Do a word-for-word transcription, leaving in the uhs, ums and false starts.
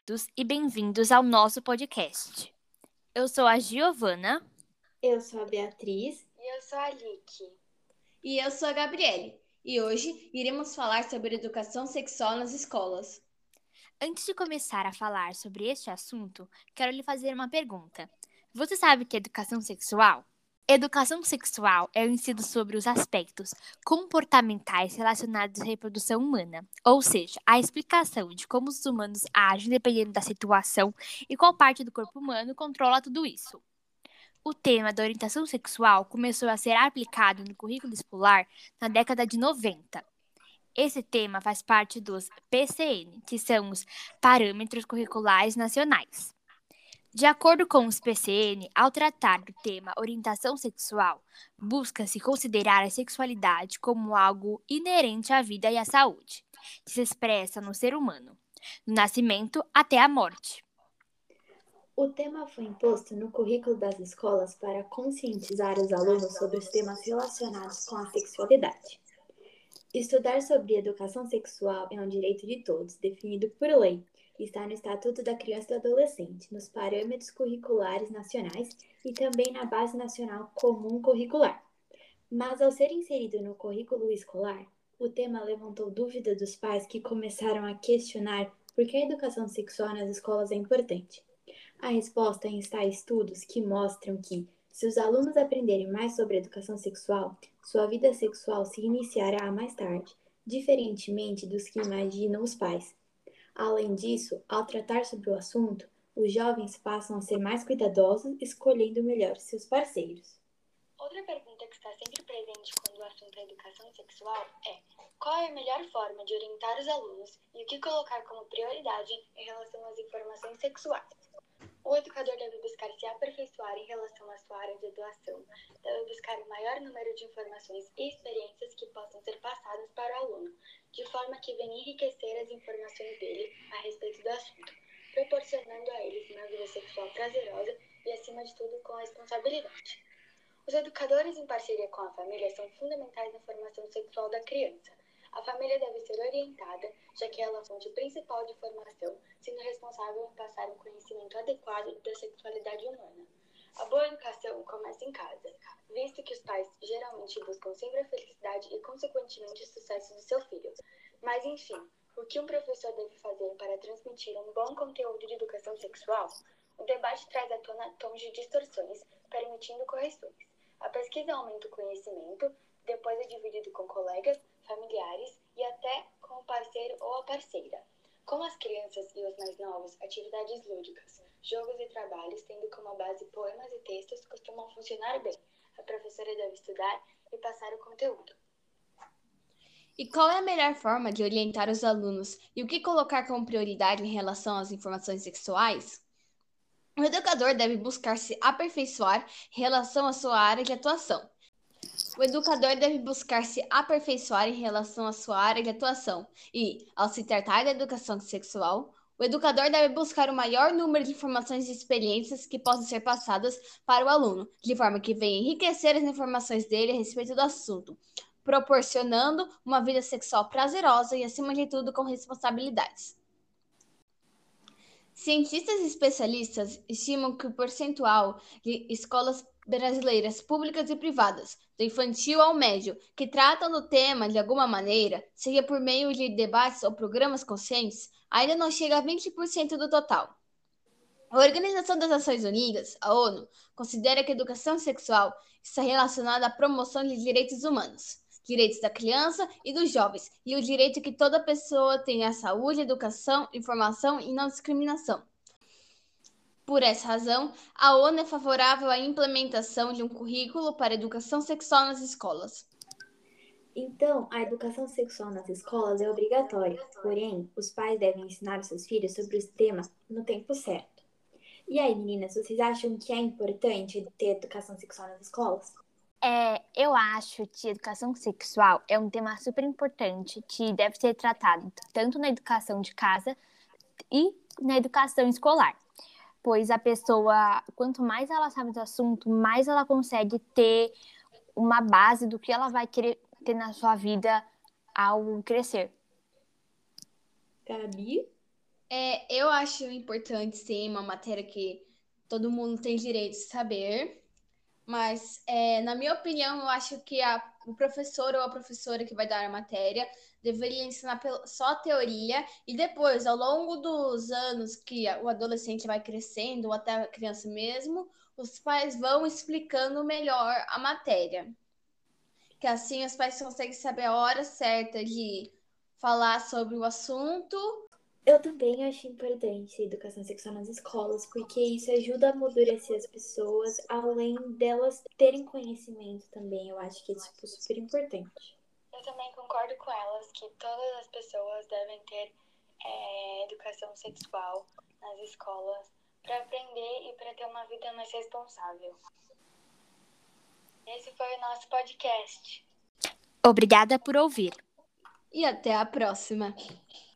todos e bem-vindos ao nosso podcast. Eu sou a Giovana. Eu sou a Beatriz. E eu sou a Lick. E eu sou a Gabriele. E hoje iremos falar sobre educação sexual nas escolas. Antes de começar a falar sobre este assunto, quero lhe fazer uma pergunta. Você sabe o que é educação sexual? Educação sexual é o ensino sobre os aspectos comportamentais relacionados à reprodução humana, ou seja, a explicação de como os humanos agem dependendo da situação e qual parte do corpo humano controla tudo isso. O tema da orientação sexual começou a ser aplicado no currículo escolar na década de noventa. Esse tema faz parte dos P C N, que são os Parâmetros Curriculares Nacionais. De acordo com os P C N, ao tratar do tema orientação sexual, busca-se considerar a sexualidade como algo inerente à vida e à saúde, que se expressa no ser humano, do nascimento até a morte. O tema foi imposto no currículo das escolas para conscientizar os alunos sobre os temas relacionados com a sexualidade. Estudar sobre educação sexual é um direito de todos, definido por lei. Está no Estatuto da Criança e do Adolescente, nos Parâmetros Curriculares Nacionais e também na Base Nacional Comum Curricular. Mas, ao ser inserido no currículo escolar, o tema levantou dúvidas dos pais que começaram a questionar por que a educação sexual nas escolas é importante. A resposta está em estudos que mostram que, se os alunos aprenderem mais sobre educação sexual, sua vida sexual se iniciará mais tarde, diferentemente dos que imaginam os pais. Além disso, ao tratar sobre o assunto, os jovens passam a ser mais cuidadosos, escolhendo melhor seus parceiros. Outra pergunta que está sempre presente quando o assunto é educação sexual é: qual é a melhor forma de orientar os alunos e o que colocar como prioridade em relação às informações sexuais? O educador deve buscar se aperfeiçoar em relação à sua área de atuação, deve buscar o maior número de informações e experiências que possam ser passadas para o aluno, de forma que venha enriquecer as informações dele a respeito do assunto, proporcionando a eles uma vida sexual prazerosa e, acima de tudo, com responsabilidade. Os educadores, em parceria com a família, são fundamentais na formação sexual da criança. A família deve ser orientada, já que ela é a fonte principal de formação, sendo responsável por passar um conhecimento adequado da sexualidade humana. A boa educação começa em casa, visto que os pais geralmente buscam sempre a felicidade e, consequentemente, o sucesso do seu filho. Mas, enfim, o que um professor deve fazer para transmitir um bom conteúdo de educação sexual? O debate traz à tona tons de distorções, permitindo correções. A pesquisa aumenta o conhecimento, depois é dividido com colegas, familiares e até com o parceiro ou a parceira. Com as crianças e os mais novos, atividades lúdicas, jogos e trabalhos, tendo como base poemas e textos, costumam funcionar bem. A professora deve estudar e passar o conteúdo. E qual é a melhor forma de orientar os alunos e o que colocar como prioridade em relação às informações sexuais? O educador deve buscar se aperfeiçoar em relação à sua área de atuação. O educador deve buscar se aperfeiçoar em relação à sua área de atuação e, ao se tratar da educação sexual, o educador deve buscar o maior número de informações e experiências que possam ser passadas para o aluno, de forma que venha enriquecer as informações dele a respeito do assunto, proporcionando uma vida sexual prazerosa e, acima de tudo, com responsabilidades. Cientistas e especialistas estimam que o percentual de escolas brasileiras públicas e privadas, do infantil ao médio, que tratam do tema de alguma maneira, seja por meio de debates ou programas conscientes, ainda não chega a vinte por cento do total. A Organização das Nações Unidas, a ONU, considera que a educação sexual está relacionada à promoção de direitos humanos, direitos da criança e dos jovens, e o direito que toda pessoa tenha à saúde, educação, informação e não discriminação. Por essa razão, a ONU é favorável à implementação de um currículo para a educação sexual nas escolas. Então, a educação sexual nas escolas é obrigatória, porém, os pais devem ensinar os seus filhos sobre esse tema no tempo certo. E aí, meninas, vocês acham que é importante ter educação sexual nas escolas? É, eu acho que educação sexual é um tema super importante que deve ser tratado tanto na educação de casa e na educação escolar. Pois a pessoa, quanto mais ela sabe do assunto, mais ela consegue ter uma base do que ela vai querer ter na sua vida ao crescer. Gabi? É, eu acho importante, sim, uma matéria que todo mundo tem direito de saber, mas, é, na minha opinião, eu acho que a, o professor ou a professora que vai dar a matéria deveria ensinar pel- só a teoria e depois, ao longo dos anos que a- o adolescente vai crescendo, ou até a criança mesmo, os pais vão explicando melhor a matéria. Que assim os pais conseguem saber a hora certa de falar sobre o assunto. Eu também acho importante a educação sexual nas escolas, porque isso ajuda a amadurecer as pessoas, além delas terem conhecimento também. Eu acho que é tipo, super importante. Eu também concordo com elas que todas as pessoas devem ter é, educação sexual nas escolas para aprender e para ter uma vida mais responsável. Esse foi o nosso podcast. Obrigada por ouvir. E até a próxima!